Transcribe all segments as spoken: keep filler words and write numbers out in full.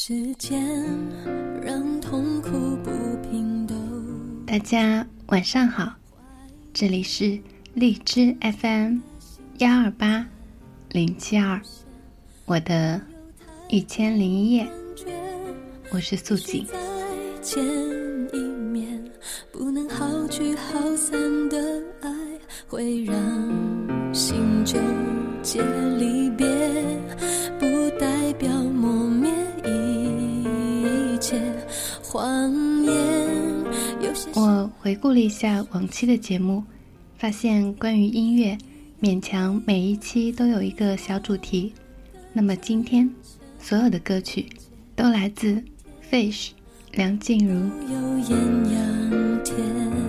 时间让痛苦不平都。 大家晚上好，这里是荔枝 F M 幺二八零七二，我的一千零一夜，我是素锦。 见一面，不能好聚好散的爱，会让心纠结离别，不代表磨灭一切谎言。 我回顾了一下往期的节目，发现关于音乐勉强每一期都有一个小主题，那么今天所有的歌曲都来自 Fish 梁静茹。 有艳阳天，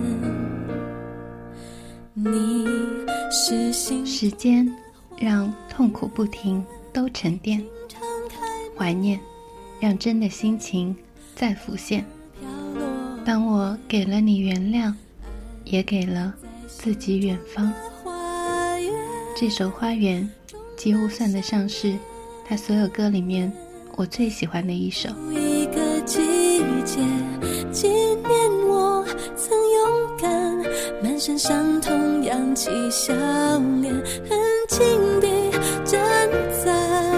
你是心时间让痛苦不停都沉淀，怀念让真的心情再浮现。当我给了你原谅，也给了自己远方。这首《花园》几乎算得上是他所有歌里面我最喜欢的一首。 一个季节纪念我曾勇敢，满身伤痛扬起笑脸，很轻地站在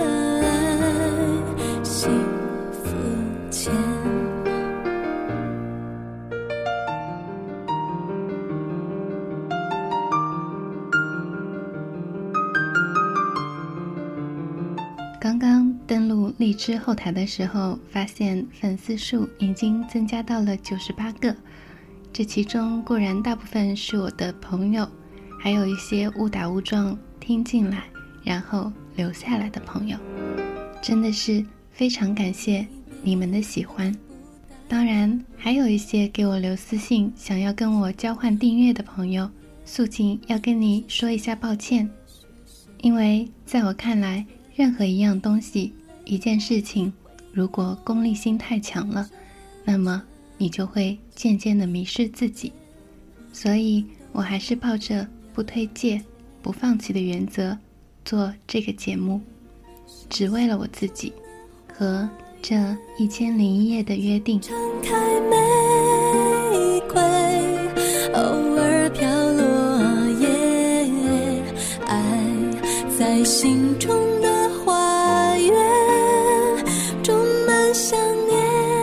幸福前。 刚刚登录荔枝后台的时候，发现粉丝数已经增加到了九十八个。这其中固然大部分是我的朋友，还有一些误打误撞听进来然后留下来的朋友，真的是非常感谢你们的喜欢。当然还有一些给我留私信想要跟我交换订阅的朋友，素锦要跟你说一下抱歉，因为在我看来，任何一样东西一件事情，如果功利心太强了，那么你就会渐渐地迷失自己。所以我还是抱着不推介不放弃的原则做这个节目，只为了我自己和这一千零一夜的约定。 敞开玫瑰，偶尔飘落叶，爱在心中的花园，种满想念，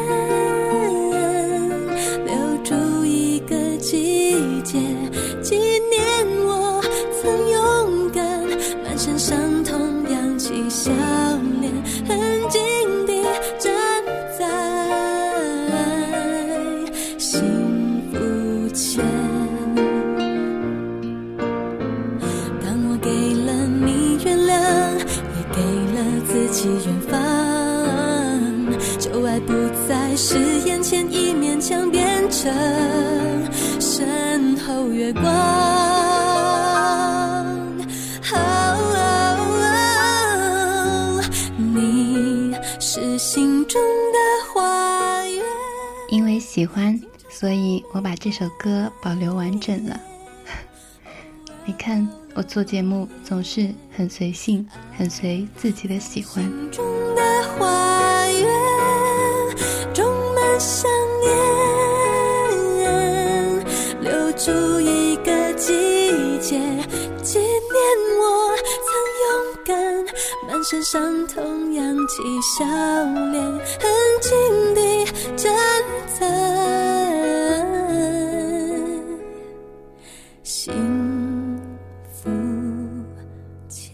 留住一个季节纪念我曾勇敢，满身伤痛扬起笑脸，很静地站在幸福前。当我给了你原谅，也给了自己远方，旧爱不再是眼前一面墙，变成身后月光。你是心中的花园。 因为喜欢，所以我把这首歌保留完整了。你看，我做节目总是很随性，很随自己的喜欢。 心中的花园，种满想念，留住一个季节纪念我曾勇敢，满身伤痛扬起笑脸，很静地站在幸福前。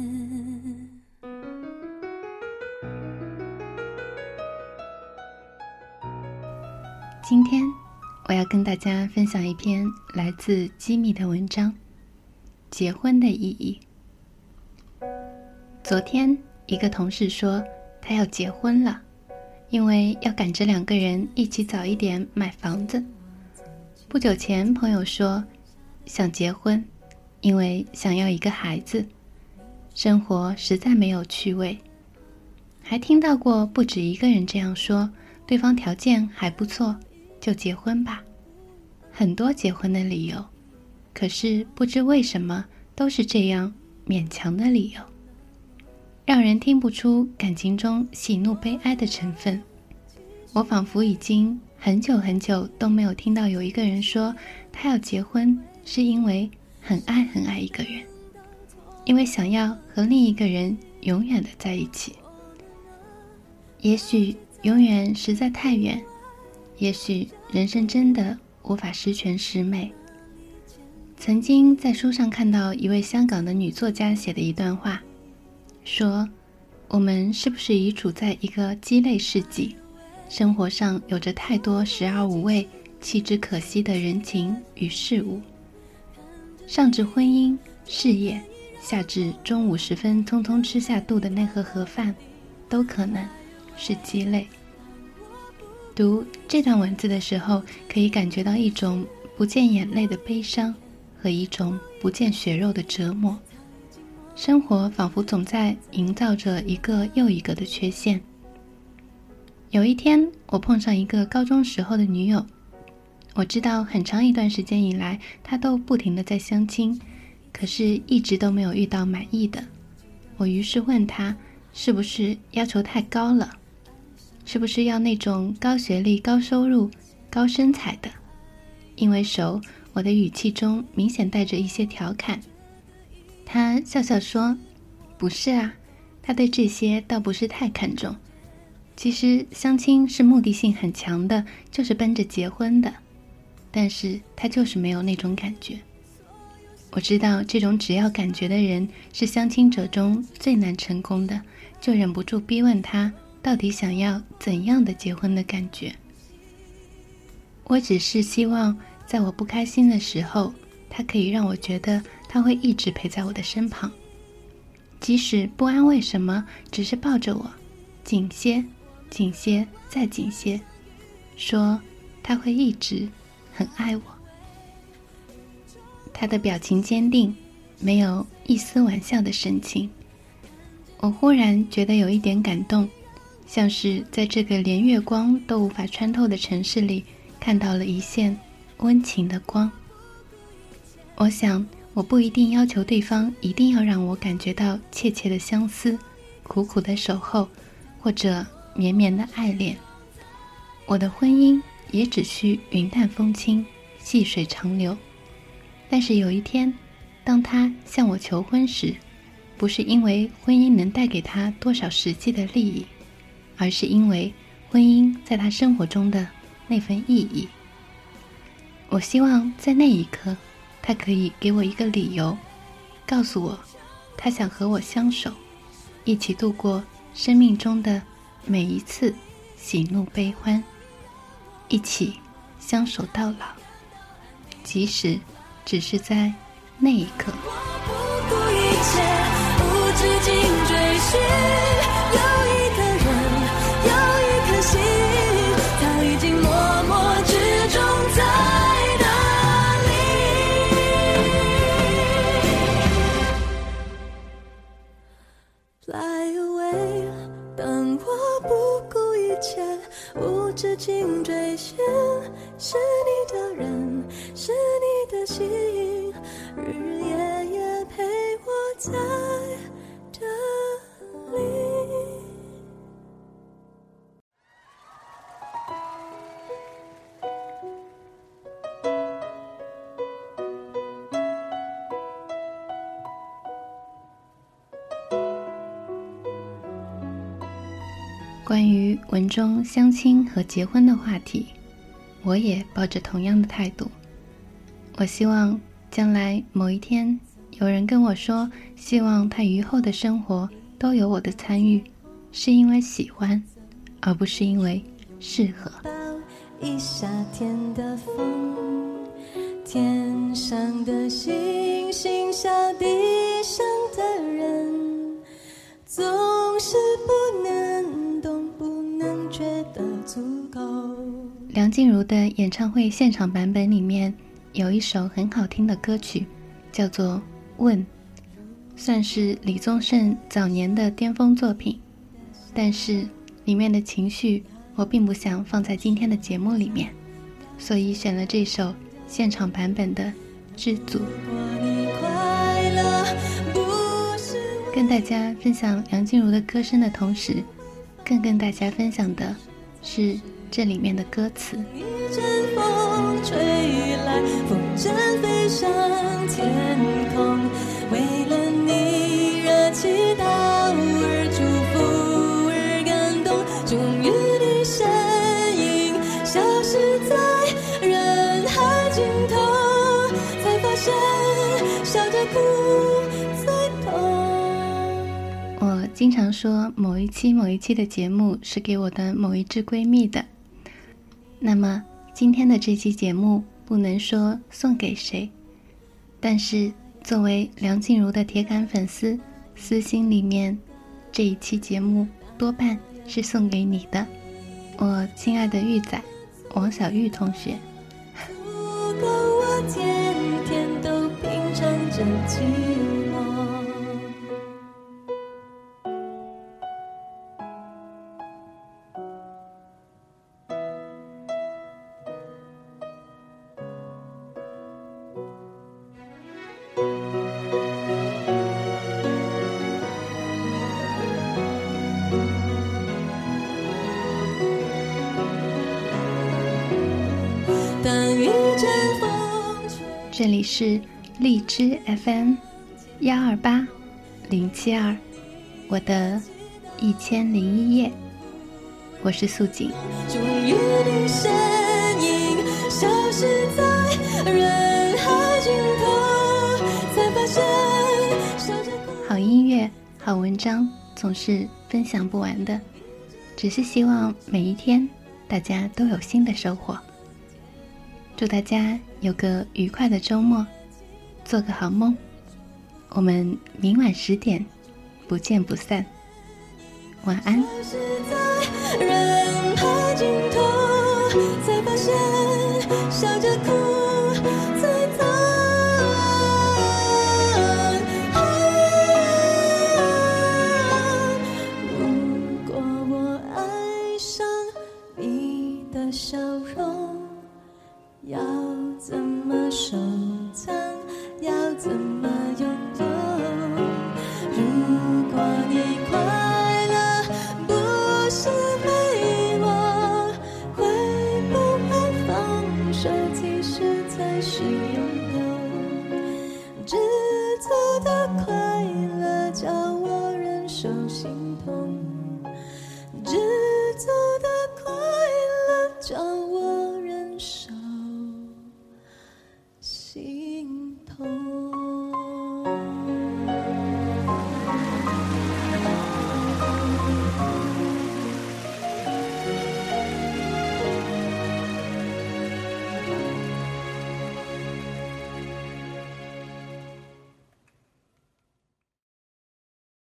今天我要跟大家分享一篇来自机密的文章，结婚的意义。昨天一个同事说他要结婚了，因为要赶着两个人一起早一点买房子。不久前朋友说想结婚，因为想要一个孩子，生活实在没有趣味。还听到过不止一个人这样说，对方条件还不错，就结婚吧。很多结婚的理由，可是不知为什么都是这样勉强的理由。 让人听不出感情中喜怒悲哀的成分。我仿佛已经很久很久都没有听到有一个人说他要结婚是因为很爱很爱一个人，因为想要和另一个人永远的在一起。也许永远实在太远，也许人生真的无法十全十美。曾经在书上看到一位香港的女作家写的一段话，说我们是不是已处在一个鸡肋世纪，生活上有着太多食而无味弃之可惜的人情与事物，上至婚姻事业，下至中午时分匆匆吃下肚的那盒盒饭，都可能是鸡肋。读这段文字的时候，可以感觉到一种不见眼泪的悲伤和一种不见血肉的折磨。生活仿佛总在营造着一个又一个的缺陷。有一天，我碰上一个高中时候的女友，我知道很长一段时间以来，她都不停地在相亲，可是一直都没有遇到满意的。我于是问她，是不是要求太高了？是不是要那种高学历、高收入、高身材的？因为熟，我的语气中明显带着一些调侃。她笑笑说，不是啊，她对这些倒不是太看重。其实相亲是目的性很强的，就是奔着结婚的，但是她就是没有那种感觉。我知道这种只要感觉的人是相亲者中最难成功的，就忍不住逼问她到底想要怎样的结婚的感觉。我只是希望在我不开心的时候，她可以让我觉得她会一直陪在我的身旁，即使不安慰什么，只是抱着我紧些紧些再紧些，说她会一直很爱我。她的表情坚定，没有一丝玩笑的神情。我忽然觉得有一点感动，像是在这个连月光都无法穿透的城市里，看到了一线温情的光。我想我不一定要求对方一定要让我感觉到切切的相思，苦苦的守候，或者绵绵的爱恋。我的婚姻也只需云淡风轻，细水长流。但是有一天，当他向我求婚时，不是因为婚姻能带给他多少实际的利益，而是因为婚姻在他生活中的那份意义。我希望在那一刻，他可以给我一个理由，告诉我他想和我相守，一起度过生命中的每一次喜怒悲欢，一起相守到老，即使只是在那一刻。 我不顾一切，无止境追寻，有一个人，有一颗心，早已经默默之中在哪里。Fly away， 当我不顾一切，无止境追寻，是你的人，是你的心，日日夜夜陪我在这里。 关于文中相亲和结婚的话题，我也抱着同样的态度。我希望将来某一天，有人跟我说，希望他余后的生活都有我的参与，是因为喜欢，而不是因为适合。 一夏天的风，天上的星星下地上的人，总是不能懂，不能觉得足够。 梁静茹的演唱会现场版本里面有一首很好听的歌曲，叫做《问》，算是李宗盛早年的巅峰作品，但是里面的情绪我并不想放在今天的节目里面，所以选了这首现场版本的《知足》。 跟大家分享梁静茹的歌声的同时，更跟大家分享的是这里面的歌词。 一阵风吹来，风筝飞上天空，为了你热祈祷而祝福而感动，终于你身影消失在人海尽头，才发现笑着哭最痛。 我经常说某一期某一期的节目是给我的某一支闺蜜的，那么今天的这期节目不能说送给谁，但是作为梁静茹的铁杆粉丝，私心里面这一期节目多半是送给你的，我亲爱的玉仔王小玉同学。 如果我天天都品尝着寂寞，当一阵风吹， 这里是荔枝 F M 幺二八零七二，我的一千零一夜，我是素锦。 终于你身影消失在人海尽头，才发现笑着哭。 好音乐好文章总是分享不完的，只是希望每一天大家都有新的收获。祝大家有个愉快的周末，做个好梦。我们明晚十点不见不散，晚安。 消失在人海尽头，才发现笑着哭